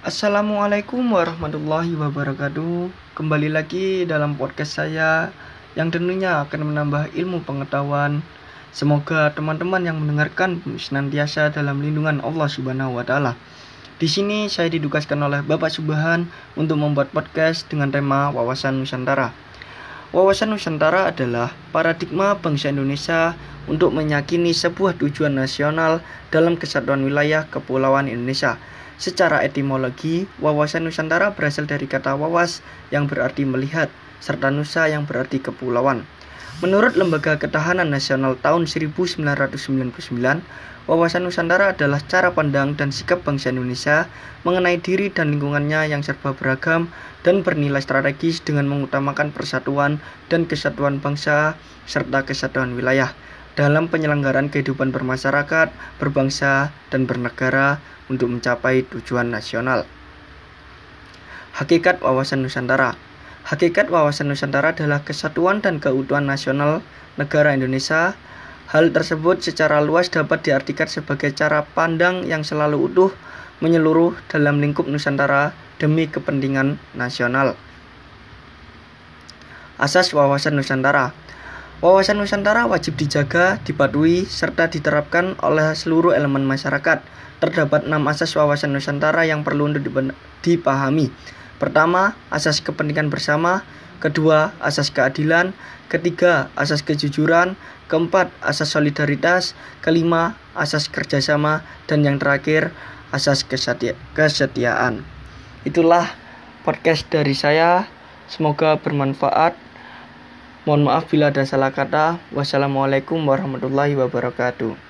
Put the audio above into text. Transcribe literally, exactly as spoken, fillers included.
Assalamualaikum warahmatullahi wabarakatuh. Kembali lagi dalam podcast saya yang tentunya akan menambah ilmu pengetahuan. Semoga teman-teman yang mendengarkan senantiasa dalam lindungan Allah Subhanahu wa taala. Di sini saya ditugaskan oleh Bapak Subhan untuk membuat podcast dengan tema Wawasan Nusantara. Wawasan Nusantara adalah paradigma bangsa Indonesia untuk meyakini sebuah tujuan nasional dalam kesatuan wilayah kepulauan Indonesia. Secara etimologi, wawasan Nusantara berasal dari kata wawas yang berarti melihat, serta nusa yang berarti kepulauan. Menurut Lembaga Ketahanan Nasional tahun seribu sembilan ratus sembilan puluh sembilan, wawasan Nusantara adalah cara pandang dan sikap bangsa Indonesia mengenai diri dan lingkungannya yang serba beragam dan bernilai strategis dengan mengutamakan persatuan dan kesatuan bangsa serta kesatuan wilayah dalam penyelenggaraan kehidupan bermasyarakat, berbangsa, dan bernegara untuk mencapai tujuan nasional. Hakikat wawasan Nusantara. Hakikat wawasan Nusantara adalah kesatuan dan keutuhan nasional negara Indonesia. Hal tersebut secara luas dapat diartikan sebagai cara pandang yang selalu utuh, menyeluruh dalam lingkup Nusantara demi kepentingan nasional. Asas wawasan Nusantara. Wawasan Nusantara wajib dijaga, dipatuhi, serta diterapkan oleh seluruh elemen masyarakat. Terdapat enam asas wawasan Nusantara yang perlu untuk dipahami. Pertama, asas kepentingan bersama. Kedua, asas keadilan. Ketiga, asas kejujuran. Keempat, asas solidaritas. Kelima, asas kerjasama. Dan yang terakhir, asas kesetia- kesetiaan. Itulah podcast dari saya. Semoga bermanfaat. Mohon maaf bila ada salah kata. Wassalamualaikum warahmatullahi wabarakatuh.